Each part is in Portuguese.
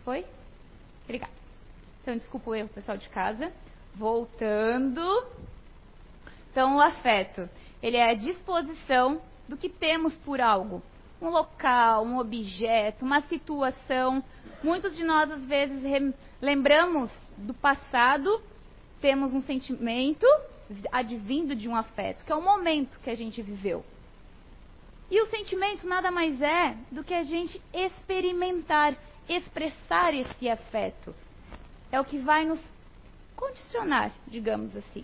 foi? Obrigada. Então, desculpa o erro, pessoal de casa. Voltando. Então, o afeto, ele é a disposição do que temos por algo. Um local, um objeto, uma situação. Muitos de nós, às vezes, lembramos do passado, temos um sentimento advindo de um afeto, que é o momento que a gente viveu. E o sentimento nada mais é do que a gente experimentar, expressar esse afeto. É o que vai nos condicionar, digamos assim.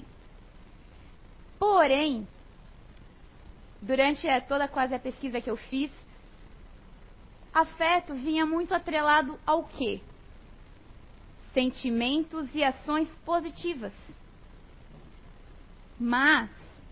Porém, durante toda quase a pesquisa que eu fiz, afeto vinha muito atrelado ao quê? Sentimentos e ações positivas. Mas,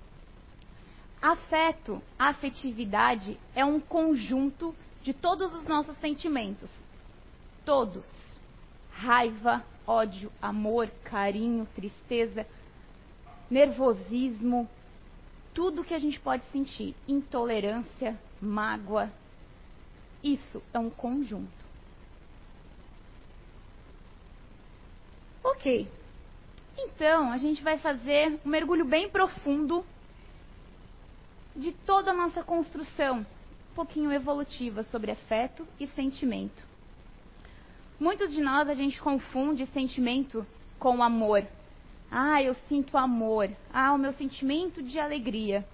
afeto, afetividade, é um conjunto de todos os nossos sentimentos. Todos. Raiva, ódio, amor, carinho, tristeza, nervosismo, tudo que a gente pode sentir. Intolerância, mágoa. Isso é um conjunto. Ok. Então, a gente vai fazer um mergulho bem profundo de toda a nossa construção, um pouquinho evolutiva, sobre afeto e sentimento. Muitos de nós, a gente confunde sentimento com amor. Ah, eu sinto amor. Ah, o meu sentimento de alegria.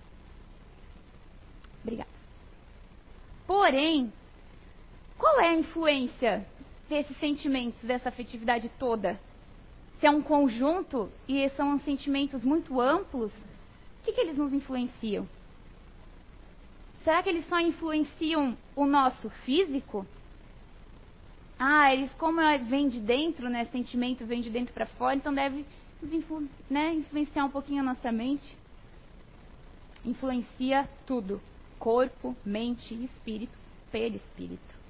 Obrigada. Porém, qual é a influência desses sentimentos, dessa afetividade toda? Se é um conjunto e são sentimentos muito amplos, o que eles nos influenciam? Será que eles só influenciam o nosso físico? Ah, eles, como vem de dentro, né? Sentimento vem de dentro para fora, então deve influenciar um pouquinho a nossa mente. Influencia tudo: corpo, mente e espírito, perispírito.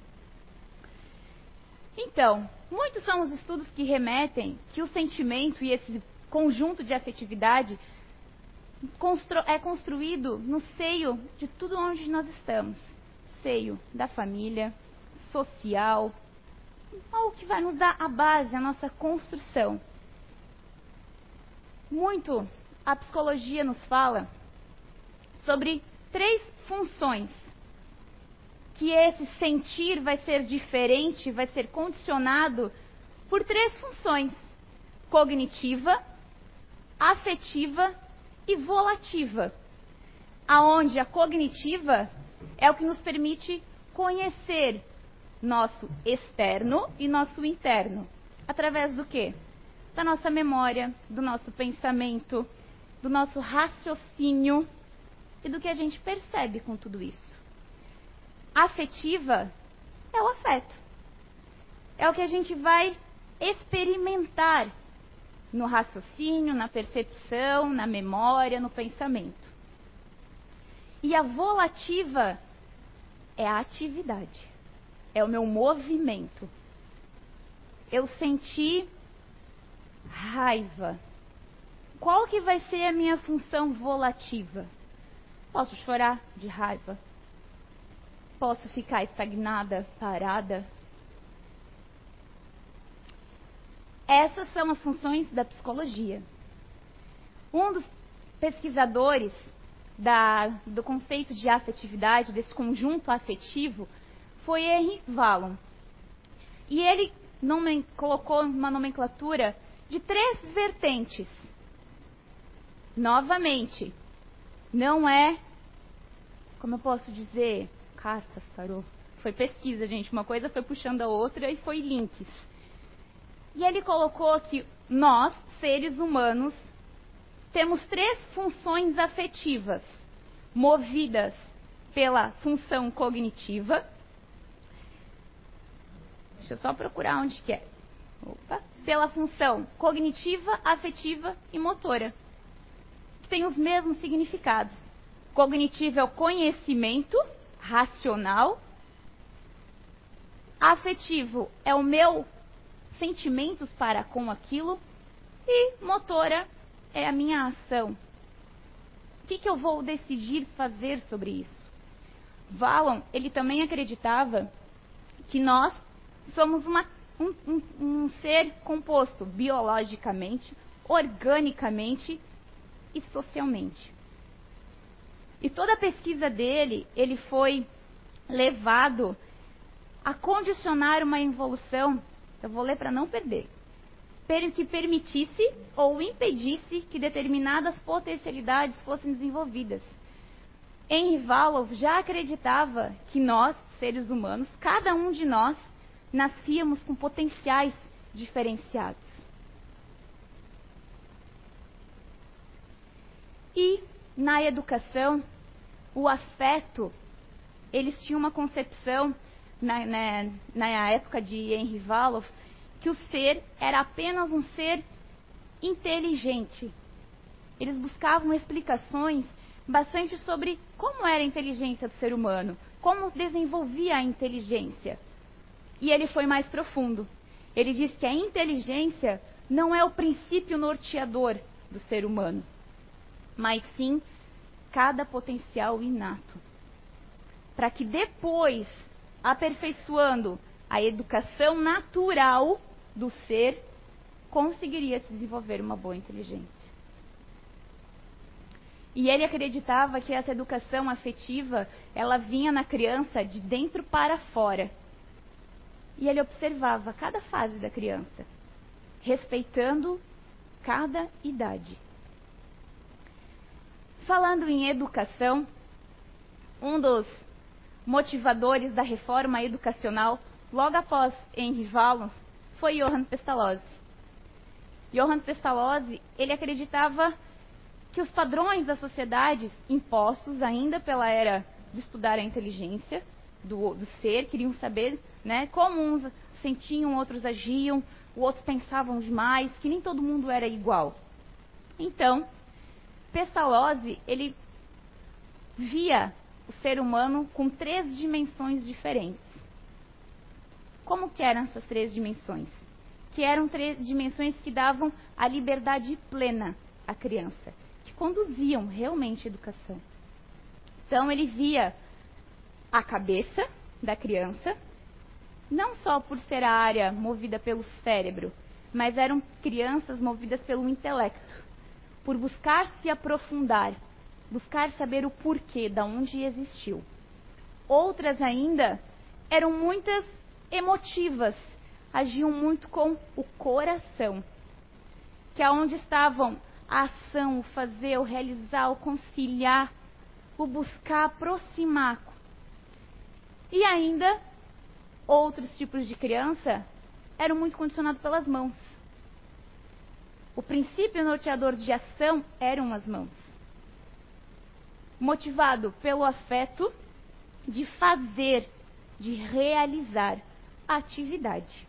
Então, muitos são os estudos que remetem que o sentimento e esse conjunto de afetividade é construído no seio de tudo onde nós estamos. Seio da família, social, algo que vai nos dar a base, a nossa construção. Muito a psicologia nos fala sobre 3 funções que esse sentir vai ser diferente, vai ser condicionado por 3 funções: cognitiva, afetiva e volativa. Aonde a cognitiva é o que nos permite conhecer nosso externo e nosso interno. Através do quê? Da nossa memória, do nosso pensamento, do nosso raciocínio e do que a gente percebe com tudo isso. Afetiva é o afeto. É o que a gente vai experimentar no raciocínio, na percepção, na memória, no pensamento. E a volativa é a atividade. É o meu movimento. Eu senti raiva. Qual que vai ser a minha função volativa? Posso chorar de raiva? Posso ficar estagnada, parada? Essas são as funções da psicologia. Um dos pesquisadores do conceito de afetividade, desse conjunto afetivo, foi Henry Wallon. E ele colocou uma nomenclatura de 3 vertentes. Novamente, não é, como eu posso dizer, cartas, tarô. Foi pesquisa, gente. Uma coisa foi puxando a outra e foi links. E ele colocou que nós, seres humanos, temos 3 funções afetivas, movidas pela função cognitiva. Deixa eu só procurar onde que é. Pela função cognitiva, afetiva e motora, que tem os mesmos significados. Cognitivo é o conhecimento racional. Afetivo é o meu sentimentos para com aquilo. E motora é a minha ação. O que eu vou decidir fazer sobre isso? Wallon, ele também acreditava que nós somos uma um ser composto biologicamente, organicamente e socialmente. E toda a pesquisa dele, ele foi levado a condicionar uma evolução, eu vou ler para não perder, que permitisse ou impedisse que determinadas potencialidades fossem desenvolvidas. Henry Waldorf já acreditava que nós, seres humanos, cada um de nós, nascíamos com potenciais diferenciados. E na educação, o afeto, eles tinham uma concepção, na época de Henry Waldorf, que o ser era apenas um ser inteligente. Eles buscavam explicações bastante sobre como era a inteligência do ser humano, como desenvolvia a inteligência. E ele foi mais profundo. Ele diz que a inteligência não é o princípio norteador do ser humano, mas sim cada potencial inato. Para que depois, aperfeiçoando a educação natural do ser, conseguiria se desenvolver uma boa inteligência. E ele acreditava que essa educação afetiva, ela vinha na criança de dentro para fora. E ele observava cada fase da criança, respeitando cada idade. Falando em educação, um dos motivadores da reforma educacional, logo após Henry Waldorf, foi Johann Pestalozzi. Johann Pestalozzi, ele acreditava que os padrões da sociedade, impostos ainda pela era de estudar a inteligência do ser, queriam saber, né, como uns sentiam, outros agiam, outros pensavam demais, que nem todo mundo era igual. Então, Pestalozzi, ele via o ser humano com 3 dimensões diferentes. Como que eram essas 3 dimensões? Que eram 3 dimensões que davam a liberdade plena à criança, que conduziam realmente a educação. Então ele via a cabeça da criança, não só por ser a área movida pelo cérebro, mas eram crianças movidas pelo intelecto, por buscar se aprofundar, buscar saber o porquê, da onde existiu. Outras ainda eram muitas emotivas, agiam muito com o coração, que é onde estavam a ação, o fazer, o realizar, o conciliar, o buscar aproximar. E ainda, outros tipos de criança eram muito condicionados pelas mãos. O princípio norteador de ação eram as mãos. Motivado pelo afeto de fazer, de realizar a atividade.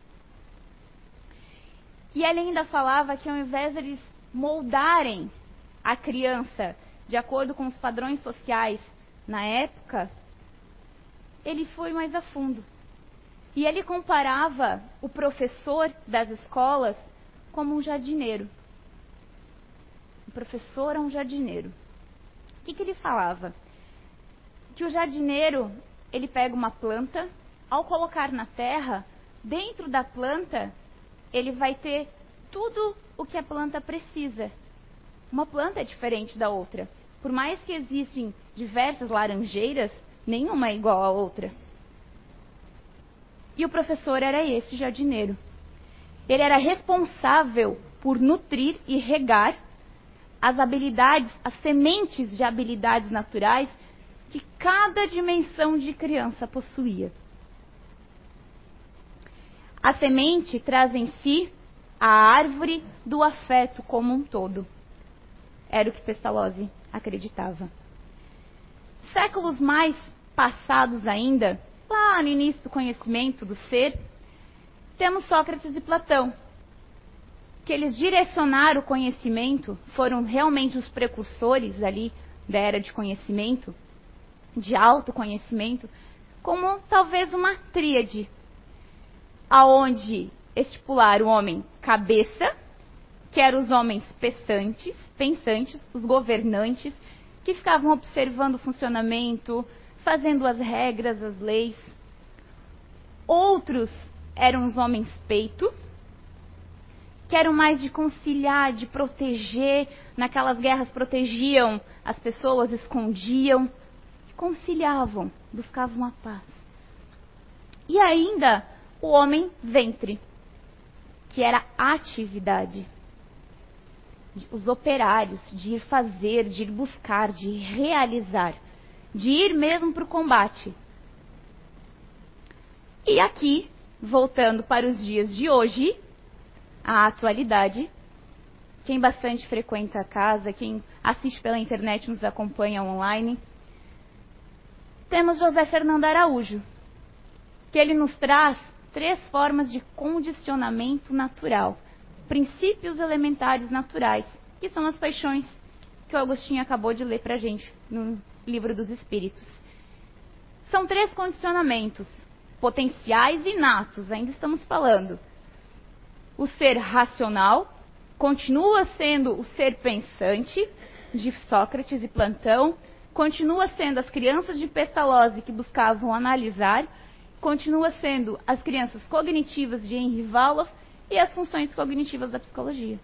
E ele ainda falava que ao invés de eles moldarem a criança de acordo com os padrões sociais na época, ele foi mais a fundo. E ele comparava o professor das escolas como um jardineiro. O professor é um jardineiro. O que ele falava? Que o jardineiro, ele pega uma planta, ao colocar na terra, dentro da planta, ele vai ter tudo o que a planta precisa. Uma planta é diferente da outra. Por mais que existem diversas laranjeiras, nenhuma é igual à outra. E o professor era esse jardineiro. Ele era responsável por nutrir e regar as habilidades, as sementes de habilidades naturais que cada dimensão de criança possuía. A semente traz em si a árvore do afeto como um todo. Era o que Pestalozzi acreditava. Séculos mais passados ainda, lá no início do conhecimento do ser, temos Sócrates e Platão, que eles direcionaram o conhecimento, foram realmente os precursores ali da era de conhecimento, de autoconhecimento, como talvez uma tríade, aonde estipularam o homem cabeça, que eram os homens pensantes, os governantes, que ficavam observando o funcionamento, fazendo as regras, as leis. Outros eram os homens peito, que eram mais de conciliar, de proteger. Naquelas guerras protegiam as pessoas, escondiam, conciliavam, buscavam a paz. E ainda o homem ventre, que era a atividade. Os operários, de ir fazer, de ir buscar, de realizar, de ir mesmo para o combate. E aqui, voltando para os dias de hoje, a atualidade, quem bastante frequenta a casa, quem assiste pela internet, nos acompanha online, temos José Fernando Araújo, que ele nos traz 3 formas de condicionamento natural, princípios elementares naturais, que são as paixões que o Agostinho acabou de ler para a gente no Livro dos Espíritos. São 3 condicionamentos, potenciais e inatos, ainda estamos falando. O ser racional continua sendo o ser pensante, de Sócrates e Platão, continua sendo as crianças de Pestalozzi que buscavam analisar, continua sendo as crianças cognitivas de Henry Waldorf e as funções cognitivas da psicologia.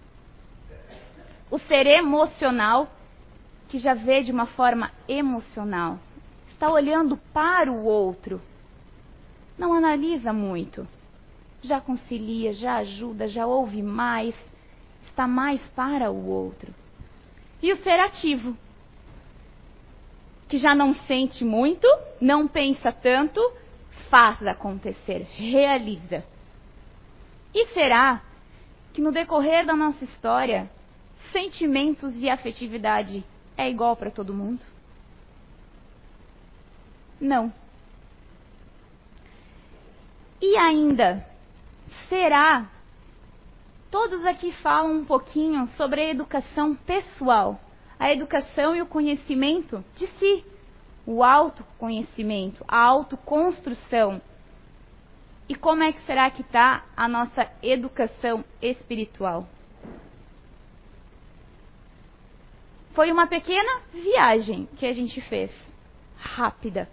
O ser emocional, que já vê de uma forma emocional, está olhando para o outro, não analisa muito, já concilia, já ajuda, já ouve mais, está mais para o outro. E o ser ativo, que já não sente muito, não pensa tanto, faz acontecer, realiza. E será que no decorrer da nossa história, sentimentos e afetividade é igual para todo mundo? Não. E ainda, será? Todos aqui falam um pouquinho sobre a educação pessoal, a educação e o conhecimento de si, o autoconhecimento, a autoconstrução. E como é que será que está a nossa educação espiritual? Foi uma pequena viagem que a gente fez, rápida.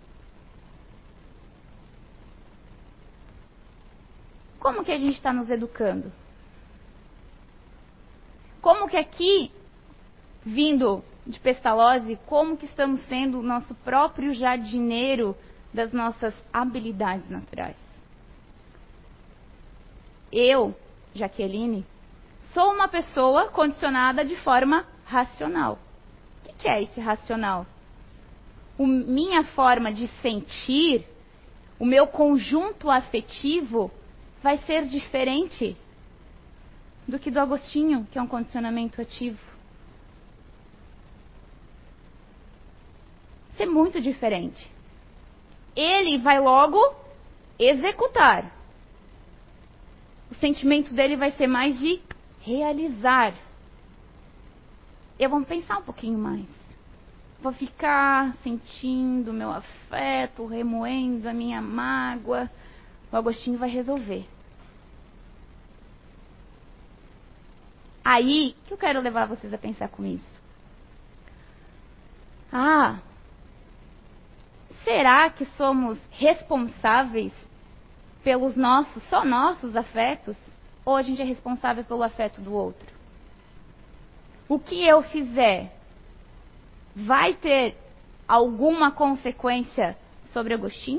Como que a gente está nos educando? Como que aqui, vindo de Pestalozzi, como que estamos sendo o nosso próprio jardineiro das nossas habilidades naturais? Eu, Jaqueline, sou uma pessoa condicionada de forma racional. O que é esse racional? Minha forma de sentir, o meu conjunto afetivo vai ser diferente do que do Agostinho, que é um condicionamento ativo. Isso é muito diferente. Ele vai logo executar. O sentimento dele vai ser mais de realizar. Eu vou pensar um pouquinho mais. Vou ficar sentindo o meu afeto, remoendo a minha mágoa. O Agostinho vai resolver. Aí, o que eu quero levar vocês a pensar com isso? Será que somos responsáveis pelos só nossos afetos? Ou a gente é responsável pelo afeto do outro? O que eu fizer vai ter alguma consequência sobre Agostinho?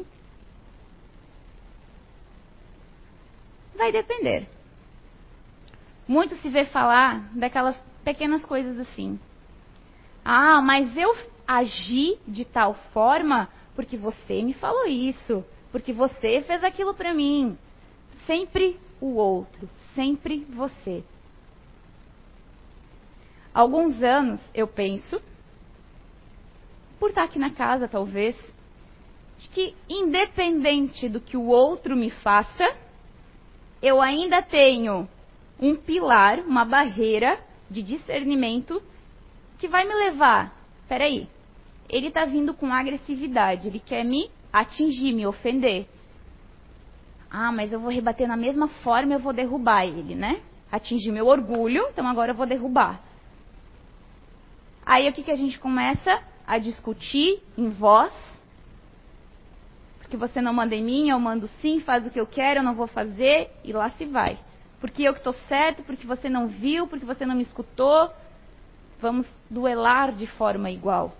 Vai depender. Muito se vê falar daquelas pequenas coisas assim. Mas eu agi de tal forma porque você me falou isso, porque você fez aquilo para mim. Sempre o outro, sempre você. Alguns anos eu penso, por estar aqui na casa talvez, de que independente do que o outro me faça, eu ainda tenho um pilar, uma barreira de discernimento que vai me levar, peraí, ele está vindo com agressividade, ele quer me atingir, me ofender. Mas eu vou rebater na mesma forma, eu vou derrubar ele, né? Atingir meu orgulho, então agora eu vou derrubar. Aí o que a gente começa a discutir em voz? porque você não manda em mim, eu mando sim, faz o que eu quero, eu não vou fazer, e lá se vai. Porque eu que estou certo, porque você não viu, porque você não me escutou, vamos duelar de forma igual.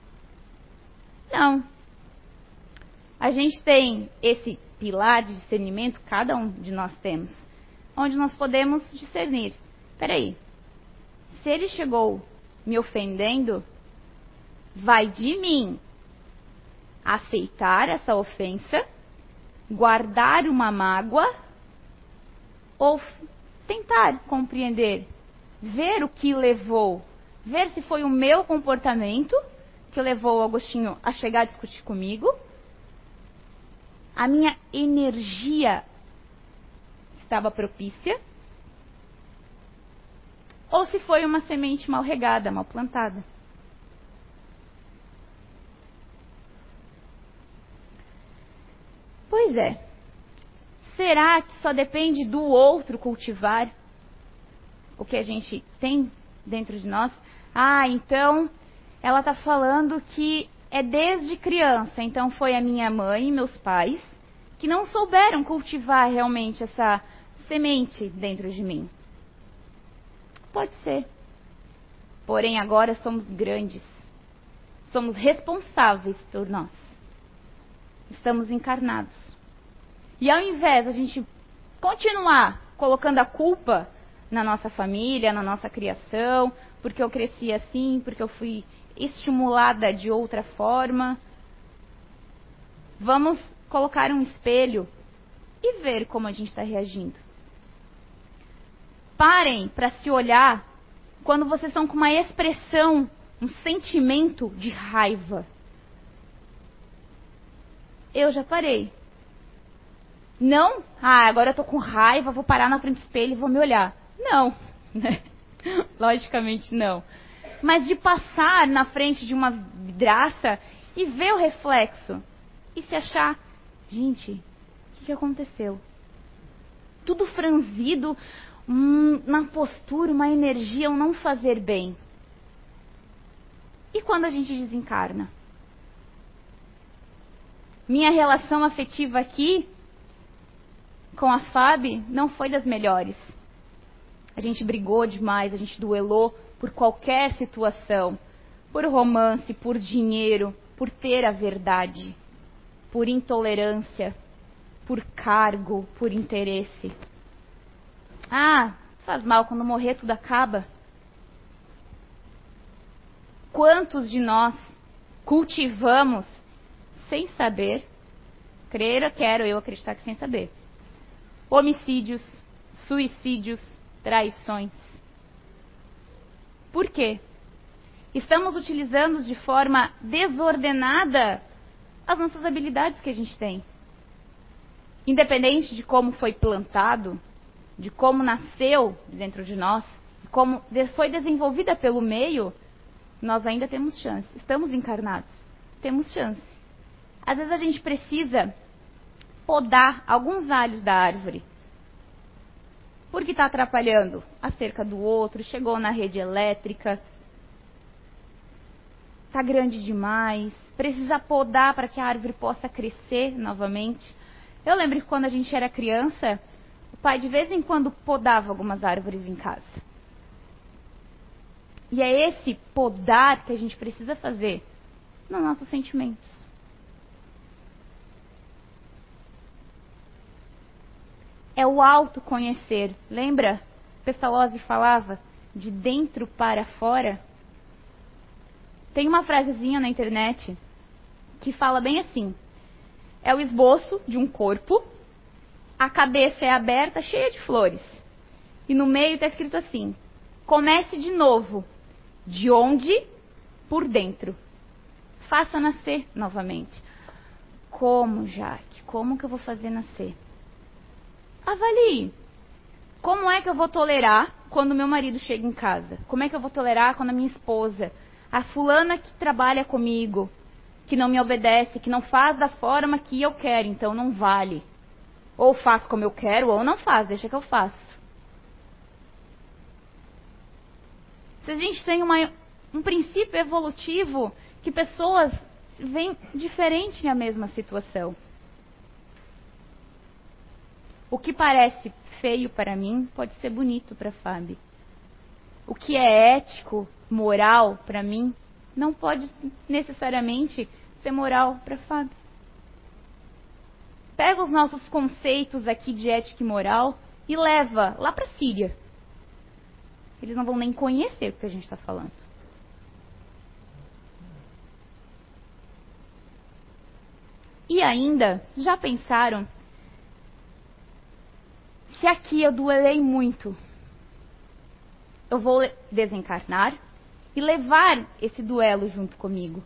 Não. A gente tem esse pilar de discernimento, cada um de nós temos, onde nós podemos discernir. Peraí, se ele chegou me ofendendo, vai de mim aceitar essa ofensa, guardar uma mágoa ou tentar compreender, ver o que levou, ver se foi o meu comportamento que levou o Agostinho a chegar a discutir comigo, a minha energia estava propícia, ou se foi uma semente mal regada, mal plantada. Pois é. Será que só depende do outro cultivar o que a gente tem dentro de nós? Ah, então ela está falando que é desde criança. Então foi a minha mãe e meus pais que não souberam cultivar realmente essa semente dentro de mim. Pode ser. Porém, agora somos grandes. Somos responsáveis por nós. Estamos encarnados. E ao invés de a gente continuar colocando a culpa na nossa família, na nossa criação, porque eu cresci assim, porque eu fui estimulada de outra forma, vamos colocar um espelho e ver como a gente está reagindo. Parem para se olhar quando vocês estão com uma expressão, um sentimento de raiva. Eu já parei. Não, agora eu tô com raiva, vou parar na frente do espelho e vou me olhar. Não, né? Logicamente não. Mas de passar na frente de uma vidraça e ver o reflexo. E se achar, gente, o que aconteceu? Tudo franzido, uma postura, uma energia, um não fazer bem. E quando a gente desencarna? Minha relação afetiva aqui com a Fábio não foi das melhores. A gente brigou demais, a gente duelou por qualquer situação. Por romance, por dinheiro, por ter a verdade. Por intolerância, por cargo, por interesse. Faz mal, quando morrer tudo acaba. Quantos de nós cultivamos sem saber, quero eu acreditar que sem saber, homicídios, suicídios, traições. Por quê? Estamos utilizando de forma desordenada as nossas habilidades que a gente tem. Independente de como foi plantado, de como nasceu dentro de nós, de como foi desenvolvida pelo meio, nós ainda temos chance. Estamos encarnados. Temos chance. Às vezes a gente precisa podar alguns galhos da árvore. Porque está atrapalhando a cerca do outro, chegou na rede elétrica, está grande demais, precisa podar para que a árvore possa crescer novamente. Eu lembro que quando a gente era criança, o pai de vez em quando podava algumas árvores em casa. E é esse podar que a gente precisa fazer nos nossos sentimentos. É o autoconhecer. Lembra? Pestalozzi falava de dentro para fora. Tem uma frasezinha na internet que fala bem assim. É o esboço de um corpo, a cabeça é aberta, cheia de flores. E no meio está escrito assim: comece de novo. De onde? Por dentro. Faça nascer novamente. Como, Jaque? Como que eu vou fazer nascer? Avalie. Como é que eu vou tolerar quando meu marido chega em casa? Como é que eu vou tolerar quando a minha esposa, a fulana que trabalha comigo, que não me obedece, que não faz da forma que eu quero, então não vale. Ou faz como eu quero, ou não faz, deixa que eu faço. Se a gente tem um princípio evolutivo que pessoas veem diferente na mesma situação. O que parece feio para mim pode ser bonito para Fábio. O que é ético, moral para mim, não pode necessariamente ser moral para Fábio. Pega os nossos conceitos aqui de ética e moral e leva lá para a Síria. Eles não vão nem conhecer o que a gente está falando. E ainda, já pensaram, se aqui eu duelei muito, eu vou desencarnar e levar esse duelo junto comigo?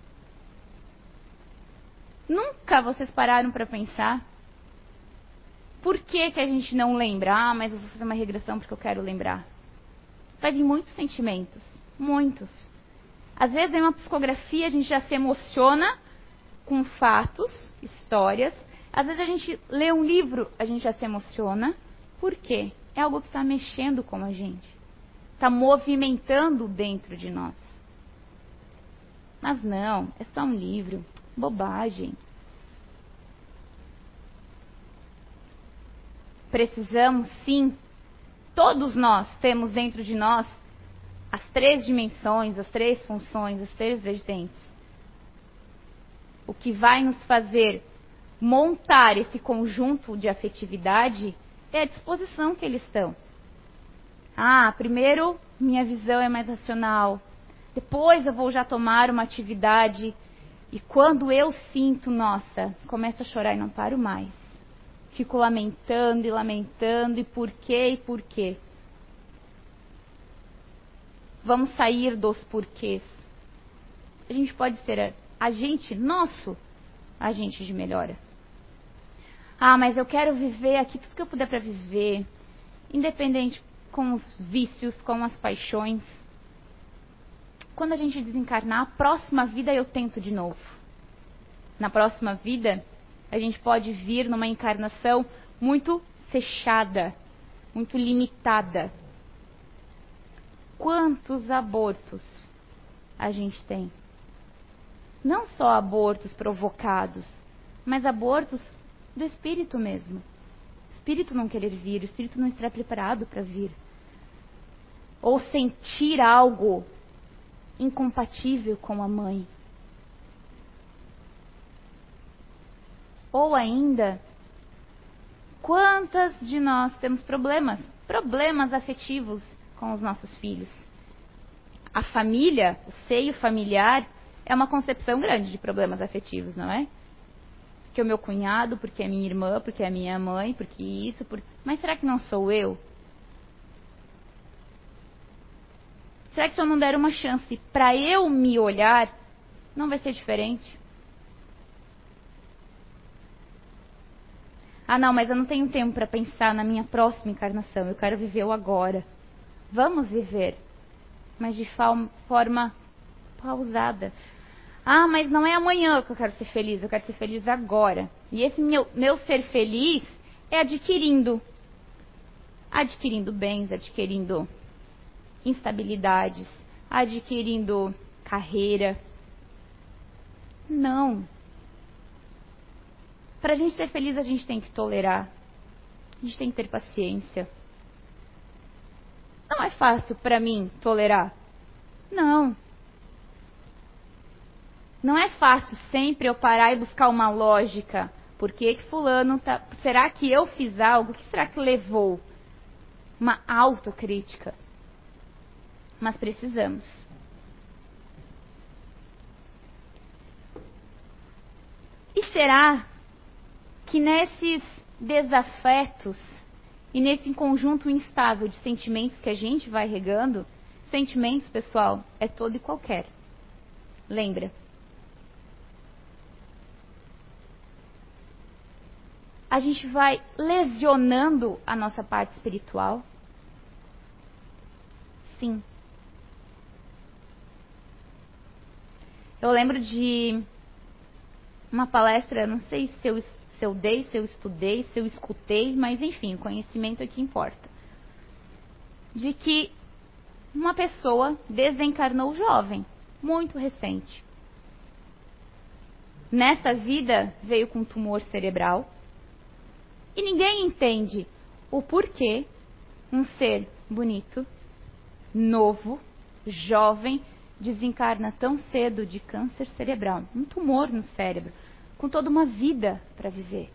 Nunca vocês pararam para pensar por que a gente não lembra? Ah, mas eu vou fazer uma regressão porque eu quero lembrar. Vai vir muitos sentimentos, muitos. Às vezes em uma psicografia a gente já se emociona com fatos, histórias. Às vezes a gente lê um livro, a gente já se emociona. Por quê? É algo que está mexendo com a gente. Está movimentando dentro de nós. Mas não, é só um livro. Bobagem. Precisamos, sim, todos nós temos dentro de nós as 3 dimensões, as 3 funções, as 3 vertentes. O que vai nos fazer montar esse conjunto de afetividade é a disposição que eles estão. Ah, primeiro minha visão é mais racional, depois eu vou já tomar uma atividade e quando eu sinto, nossa, começo a chorar e não paro mais. Fico lamentando e lamentando e por quê? Vamos sair dos porquês. A gente pode ser nosso agente de melhora. Ah, mas eu quero viver aqui tudo que eu puder para viver, independente com os vícios, com as paixões. Quando a gente desencarnar, a próxima vida eu tento de novo. Na próxima vida, a gente pode vir numa encarnação muito fechada, muito limitada. Quantos abortos a gente tem? Não só abortos provocados, mas abortos do espírito mesmo. O espírito não querer vir, o espírito não estar preparado para vir. Ou sentir algo incompatível com a mãe. Ou ainda, quantas de nós temos problemas afetivos com os nossos filhos? A família, o seio familiar, é uma concepção grande de problemas afetivos, não é? Porque o meu cunhado, porque é minha irmã, porque é minha mãe, porque isso, mas será que não sou eu? Será que se eu não der uma chance para eu me olhar, não vai ser diferente? Ah, não, mas eu não tenho tempo para pensar na minha próxima encarnação. Eu quero viver o agora. Vamos viver, mas de forma pausada. Ah, mas não é amanhã que eu quero ser feliz. Eu quero ser feliz agora. E esse meu ser feliz é adquirindo bens, adquirindo instabilidades, adquirindo carreira. Não. Para a gente ser feliz, a gente tem que tolerar. A gente tem que ter paciência. Não é fácil para mim tolerar. Não. Não é fácil sempre eu parar e buscar uma lógica. Por que fulano tá... Será que eu fiz algo? O que será que levou? Uma autocrítica. Mas precisamos. E será que nesses desafetos e nesse conjunto instável de sentimentos que a gente vai regando, sentimentos, pessoal, é todo e qualquer. Lembra? A gente vai lesionando a nossa parte espiritual? Sim. Eu lembro de uma palestra, não sei se eu dei, se eu estudei, se eu escutei, mas enfim, o conhecimento é que importa. De que uma pessoa desencarnou jovem, muito recente. Nessa vida veio com tumor cerebral e ninguém entende o porquê um ser bonito, novo, jovem, desencarna tão cedo de câncer cerebral, um tumor no cérebro, com toda uma vida para viver.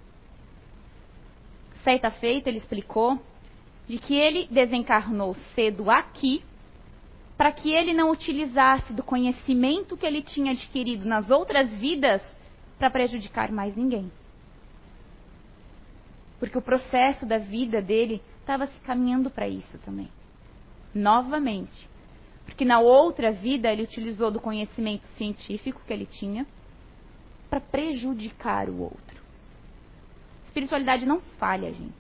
Certa feita, ele explicou de que ele desencarnou cedo aqui para que ele não utilizasse do conhecimento que ele tinha adquirido nas outras vidas para prejudicar mais ninguém. Porque o processo da vida dele estava se caminhando para isso também. Novamente. Porque na outra vida ele utilizou do conhecimento científico que ele tinha para prejudicar o outro. Espiritualidade não falha, gente.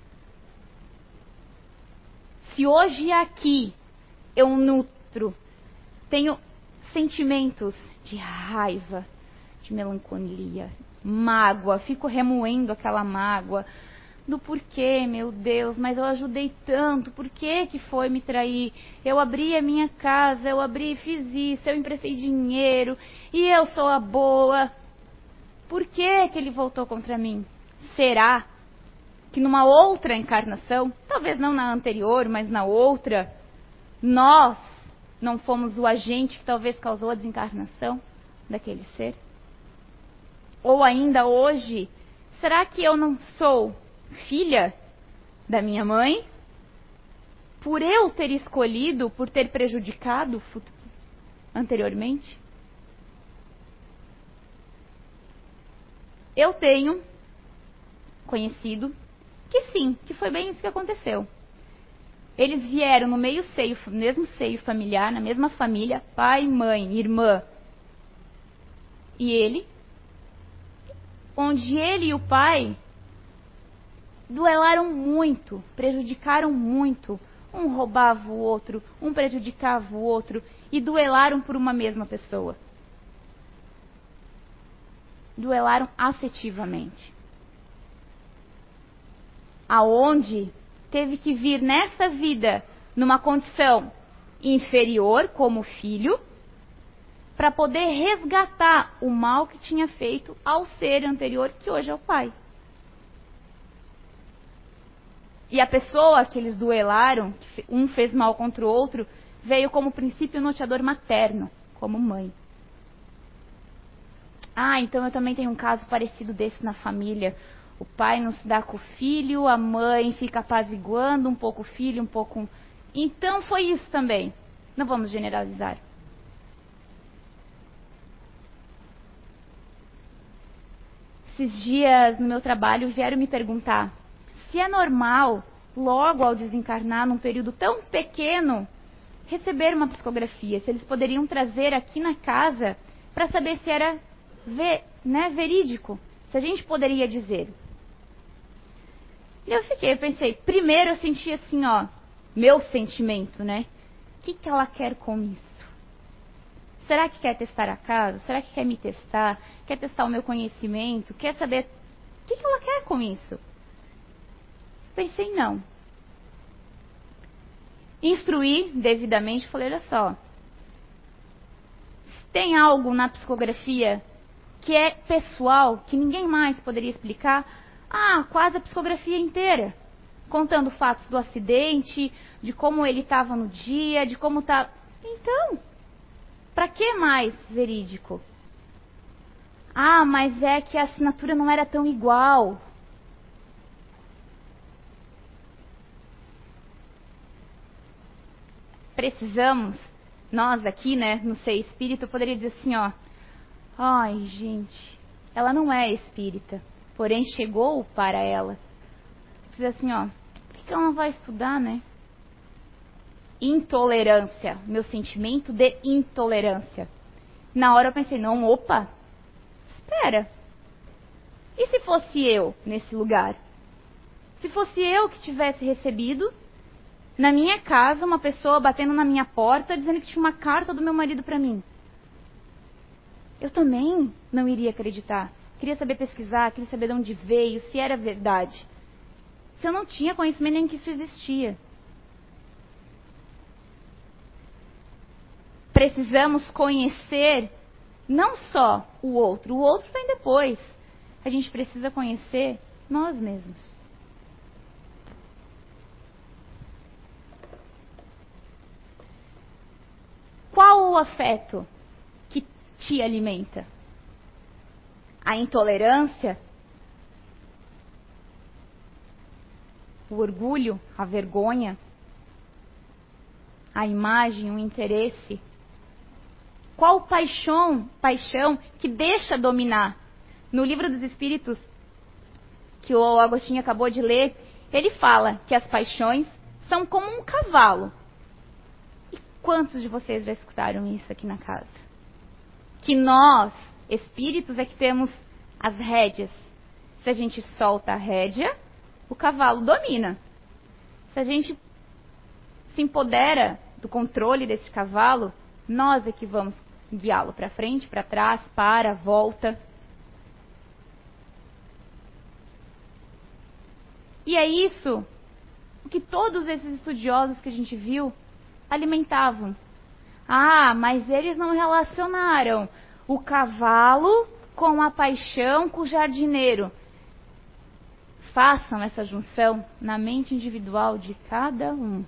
Se hoje aqui eu nutro, tenho sentimentos de raiva, de melancolia, mágoa, fico remoendo aquela mágoa, do porquê, meu Deus, mas eu ajudei tanto, por que que foi me trair? Eu abri a minha casa, fiz isso, eu emprestei dinheiro, e eu sou a boa. Por que que ele voltou contra mim? Será que numa outra encarnação, talvez não na anterior, mas na outra, nós não fomos o agente que talvez causou a desencarnação daquele ser? Ou ainda hoje, será que eu não sou filha da minha mãe? Por eu ter escolhido, por ter prejudicado anteriormente? Eu tenho conhecido que sim, que foi bem isso que aconteceu. Eles vieram no mesmo seio familiar, na mesma família, pai, mãe, irmã. E ele, onde ele e o pai duelaram muito, prejudicaram muito. Um roubava o outro, um prejudicava o outro e duelaram por uma mesma pessoa. Duelaram afetivamente. Aonde teve que vir nessa vida numa condição inferior como filho para poder resgatar o mal que tinha feito ao ser anterior, que hoje é o pai. E a pessoa que eles duelaram, um fez mal contra o outro, veio como princípio norteador materno, como mãe. Ah, então eu também tenho um caso parecido desse na família. O pai não se dá com o filho, a mãe fica apaziguando um pouco o filho, um pouco... Então foi isso também. Não vamos generalizar. Esses dias no meu trabalho vieram me perguntar se é normal, logo ao desencarnar, num período tão pequeno, receber uma psicografia. Se eles poderiam trazer aqui na casa para saber se era verídico. Se a gente poderia dizer. E eu pensei, primeiro eu senti assim, meu sentimento, né? O que ela quer com isso? Será que quer testar a casa? Será que quer me testar? Quer testar o meu conhecimento? Quer saber o que ela quer com isso? Pensei, não. Instruí devidamente, falei, olha só. Tem algo na psicografia que é pessoal, que ninguém mais poderia explicar? Quase a psicografia inteira. Contando fatos do acidente, de como ele estava no dia, de como tá. Então, para que mais verídico? Mas é que a assinatura não era tão igual. Precisamos, nós aqui, né, no Ser Espírita, eu poderia dizer assim, ai, gente, ela não é espírita, porém chegou para ela. Dizer assim, por que ela não vai estudar, né? Intolerância, meu sentimento de intolerância. Na hora eu pensei, não, opa, espera. E se fosse eu nesse lugar? Se fosse eu que tivesse recebido na minha casa uma pessoa batendo na minha porta dizendo que tinha uma carta do meu marido para mim, eu também não iria acreditar. Queria saber pesquisar, queria saber de onde veio, se era verdade. Se eu não tinha conhecimento nem que isso existia. Precisamos conhecer não só o outro vem depois. A gente precisa conhecer nós mesmos. o afeto que te alimenta? A intolerância? O orgulho? A vergonha? A imagem? O interesse? Qual paixão que deixa dominar? No Livro dos Espíritos, que o Agostinho acabou de ler, ele fala que as paixões são como um cavalo. E quantos de vocês já escutaram isso aqui na casa? Que nós, espíritos, é que temos as rédeas. Se a gente solta a rédea, o cavalo domina. Se a gente se empodera do controle desse cavalo, nós é que vamos guiá-lo para frente, para trás, para, volta. E é isso que todos esses estudiosos que a gente viu alimentavam. Ah, mas eles não relacionaram o cavalo com a paixão, com o jardineiro. Façam essa junção na mente individual de cada um.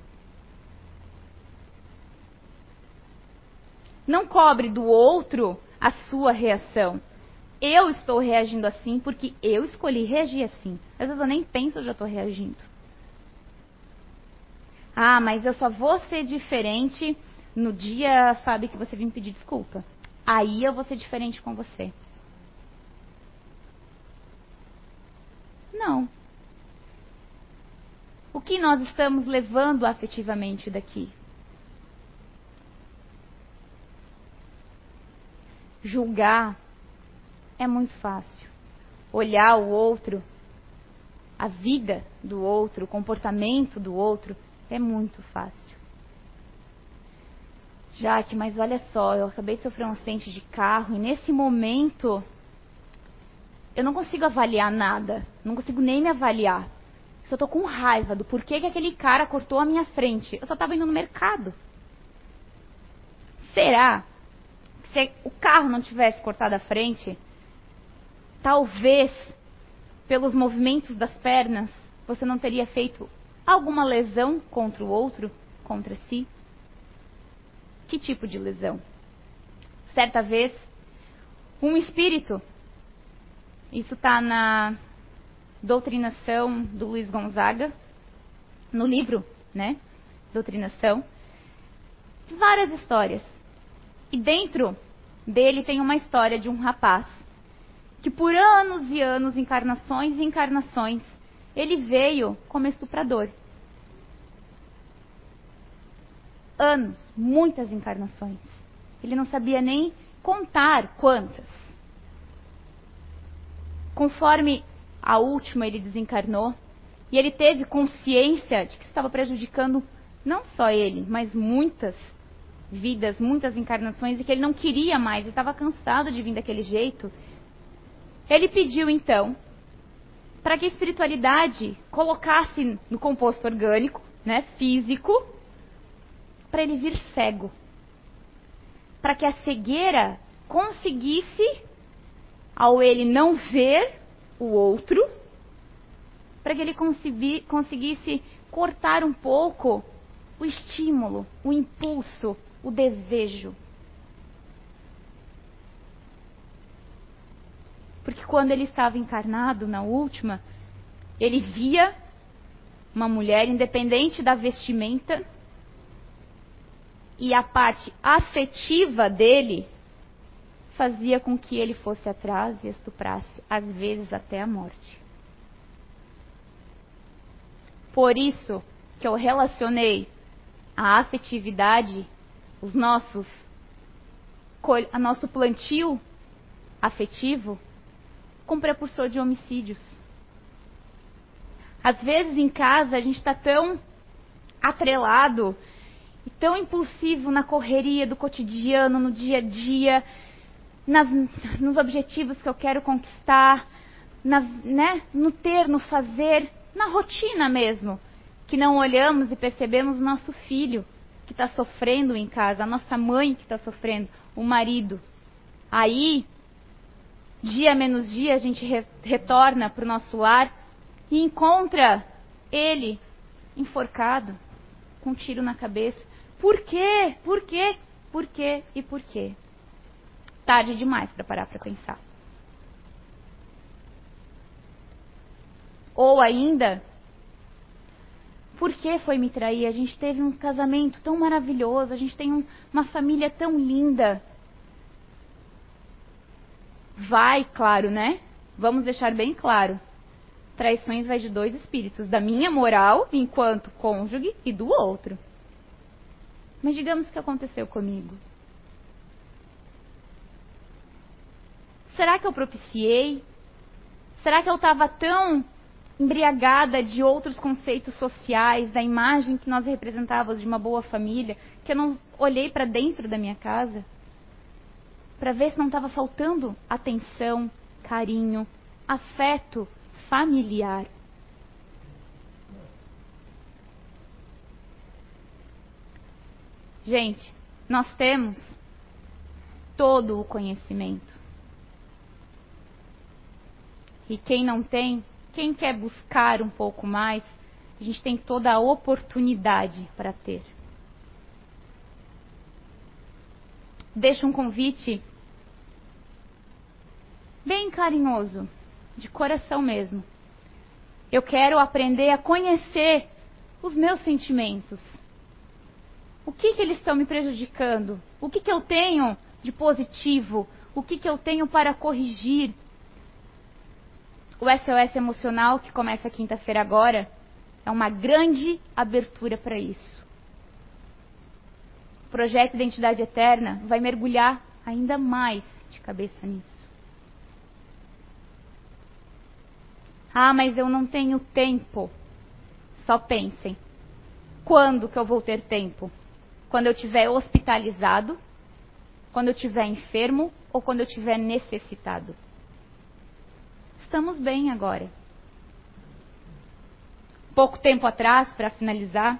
Não cobre do outro a sua reação. Eu estou reagindo assim porque eu escolhi reagir assim. Às vezes eu nem penso, eu já estou reagindo. Ah, mas eu só vou ser diferente no dia, sabe, que você vir me pedir desculpa. Aí eu vou ser diferente com você. Não. O que nós estamos levando afetivamente daqui? Julgar é muito fácil. Olhar o outro, a vida do outro, o comportamento do outro, é muito fácil. Jaque, mas olha só, eu acabei de sofrer um acidente de carro e nesse momento eu não consigo avaliar nada. Não consigo nem me avaliar. Só tô com raiva do porquê que aquele cara cortou a minha frente. Eu só estava indo no mercado. Será que se o carro não tivesse cortado a frente, talvez pelos movimentos das pernas você não teria feito alguma lesão contra o outro, contra si? Que tipo de lesão? Certa vez, um espírito, isso está na Doutrinação do Luiz Gonzaga, no livro, né? Doutrinação, várias histórias. E dentro dele tem uma história de um rapaz que por anos e anos, encarnações e encarnações, ele veio como estuprador. Anos, muitas encarnações. Ele não sabia nem contar quantas. Conforme a última ele desencarnou, e ele teve consciência de que estava prejudicando não só ele, mas muitas vidas, muitas encarnações, e que ele não queria mais, ele estava cansado de vir daquele jeito. Ele pediu então para que a espiritualidade colocasse no composto orgânico, né, físico, para ele vir cego. Para que a cegueira conseguisse, ao ele não ver o outro, para que ele conseguisse cortar um pouco o estímulo, o impulso, o desejo. Porque quando ele estava encarnado, na última, ele via uma mulher, independente da vestimenta, e a parte afetiva dele fazia com que ele fosse atrás e estuprasse, às vezes até a morte. Por isso que eu relacionei a afetividade, nosso plantio afetivo, com precursor de homicídios. Às vezes em casa a gente está tão atrelado e tão impulsivo na correria do cotidiano, no dia a dia, nos objetivos que eu quero conquistar, no ter, no fazer, na rotina mesmo, que não olhamos e percebemos o nosso filho que está sofrendo em casa, a nossa mãe que está sofrendo, o marido. Aí, dia menos dia, a gente retorna para o nosso lar e encontra ele enforcado, com um tiro na cabeça. Por quê? Por quê? Por quê e por quê? Tarde demais para parar para pensar. Ou ainda, por que foi me trair? A gente teve um casamento tão maravilhoso, a gente tem uma família tão linda. Vai, claro, né? Vamos deixar bem claro. Traições vai de dois espíritos, da minha moral enquanto cônjuge e do outro. Mas digamos que aconteceu comigo. Será que eu propiciei? Será que eu estava tão embriagada de outros conceitos sociais, da imagem que nós representávamos de uma boa família, que eu não olhei para dentro da minha casa? Para ver se não estava faltando atenção, carinho, afeto familiar. Gente, nós temos todo o conhecimento. E quem não tem, quem quer buscar um pouco mais, a gente tem toda a oportunidade para ter. Deixo um convite bem carinhoso, de coração mesmo. Eu quero aprender a conhecer os meus sentimentos. O que eles estão me prejudicando? O que eu tenho de positivo? O que eu tenho para corrigir? O SOS Emocional, que começa quinta-feira agora, é uma grande abertura para isso. O projeto Identidade Eterna vai mergulhar ainda mais de cabeça nisso. Ah, mas eu não tenho tempo. Só pensem. Quando que eu vou ter tempo? Quando eu estiver hospitalizado? Quando eu estiver enfermo? Ou quando eu estiver necessitado? Estamos bem agora. Pouco tempo atrás, para finalizar,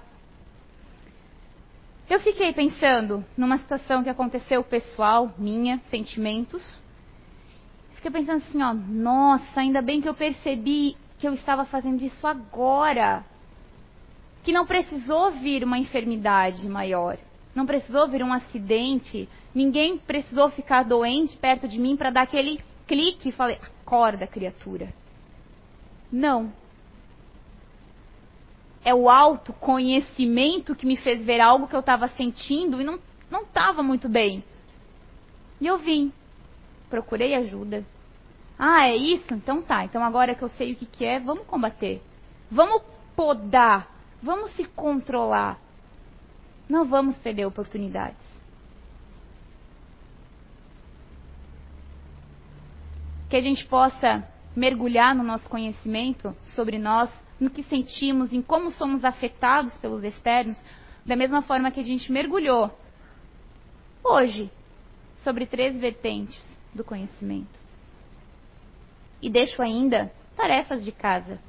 eu fiquei pensando numa situação que aconteceu pessoal, minha, sentimentos. Fiquei pensando assim, ó, nossa, ainda bem que eu percebi que eu estava fazendo isso agora. Que não precisou vir uma enfermidade maior. Não precisou vir um acidente. Ninguém precisou ficar doente perto de mim para dar aquele clique e falei, acorda, criatura. Não. É o autoconhecimento que me fez ver algo que eu estava sentindo e não estava muito bem. E eu vim. Procurei ajuda. Ah, é isso? Então tá. Então agora que eu sei o que é, vamos combater. Vamos podar. Vamos se controlar. Não vamos perder oportunidades. Que a gente possa mergulhar no nosso conhecimento sobre nós, no que sentimos, em como somos afetados pelos externos, da mesma forma que a gente mergulhou hoje sobre 3 vertentes do conhecimento. E deixo ainda tarefas de casa.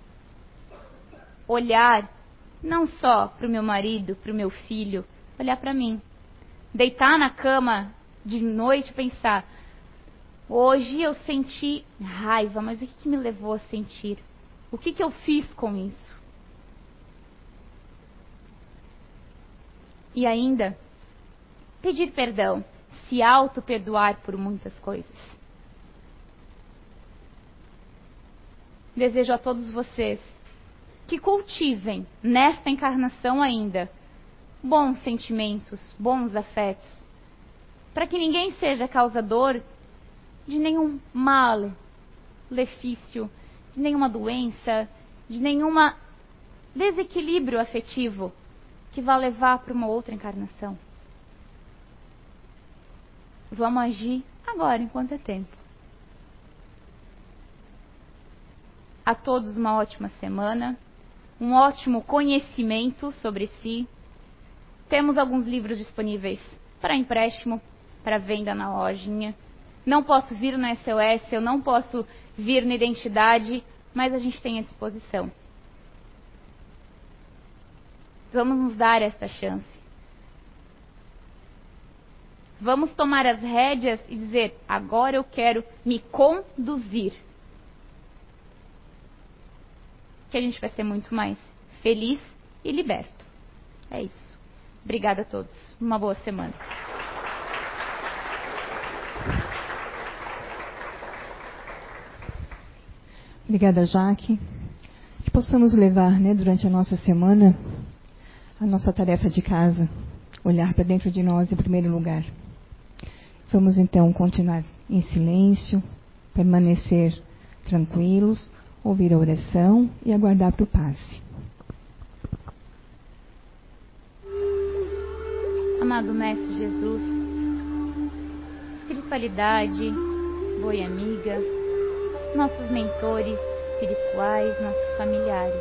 Olhar não só para o meu marido, para o meu filho, olhar para mim. Deitar na cama de noite e pensar, hoje eu senti raiva, mas o que me levou a sentir? O que eu fiz com isso? E ainda, pedir perdão, se auto-perdoar por muitas coisas. Desejo a todos vocês que cultivem, nesta encarnação ainda, bons sentimentos, bons afetos, para que ninguém seja causador de nenhum malefício, de nenhuma doença, de nenhum desequilíbrio afetivo que vá levar para uma outra encarnação. Vamos agir agora, enquanto é tempo. A todos uma ótima semana, um ótimo conhecimento sobre si. Temos alguns livros disponíveis para empréstimo, para venda na lojinha. Não posso vir no SOS, eu não posso vir na Identidade, mas a gente tem à disposição. Vamos nos dar esta chance. Vamos tomar as rédeas e dizer, agora eu quero me conduzir. Que a gente vai ser muito mais feliz e liberto. É isso. Obrigada a todos. Uma boa semana. Obrigada, Jaque. Que possamos levar, durante a nossa semana, a nossa tarefa de casa, olhar para dentro de nós em primeiro lugar. Vamos então continuar em silêncio, permanecer tranquilos, ouvir a oração e aguardar para o passe. Amado Mestre Jesus, espiritualidade, boa e amiga, nossos mentores espirituais, nossos familiares.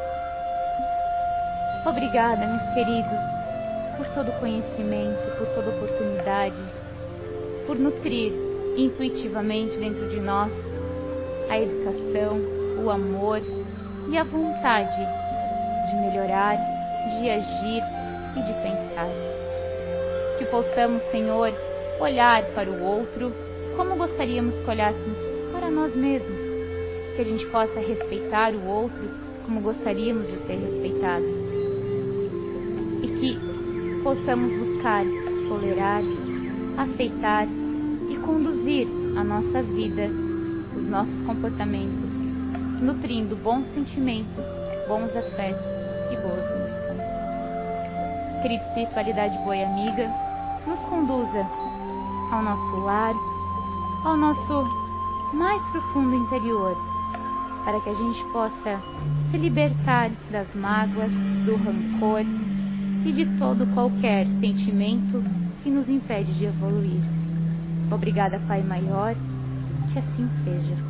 Obrigada, meus queridos, por todo o conhecimento, por toda oportunidade, por nutrir intuitivamente dentro de nós a educação, o amor e a vontade de melhorar, de agir e de pensar. Que possamos, Senhor, olhar para o outro como gostaríamos que olhássemos para nós mesmos. Que a gente possa respeitar o outro como gostaríamos de ser respeitados. E que possamos buscar tolerar, aceitar e conduzir a nossa vida, os nossos comportamentos, nutrindo bons sentimentos, bons afetos e boas emoções. Querida espiritualidade boa e amiga, nos conduza ao nosso lar, ao nosso mais profundo interior, para que a gente possa se libertar das mágoas, do rancor e de todo qualquer sentimento que nos impede de evoluir. Obrigada, Pai Maior, que assim seja.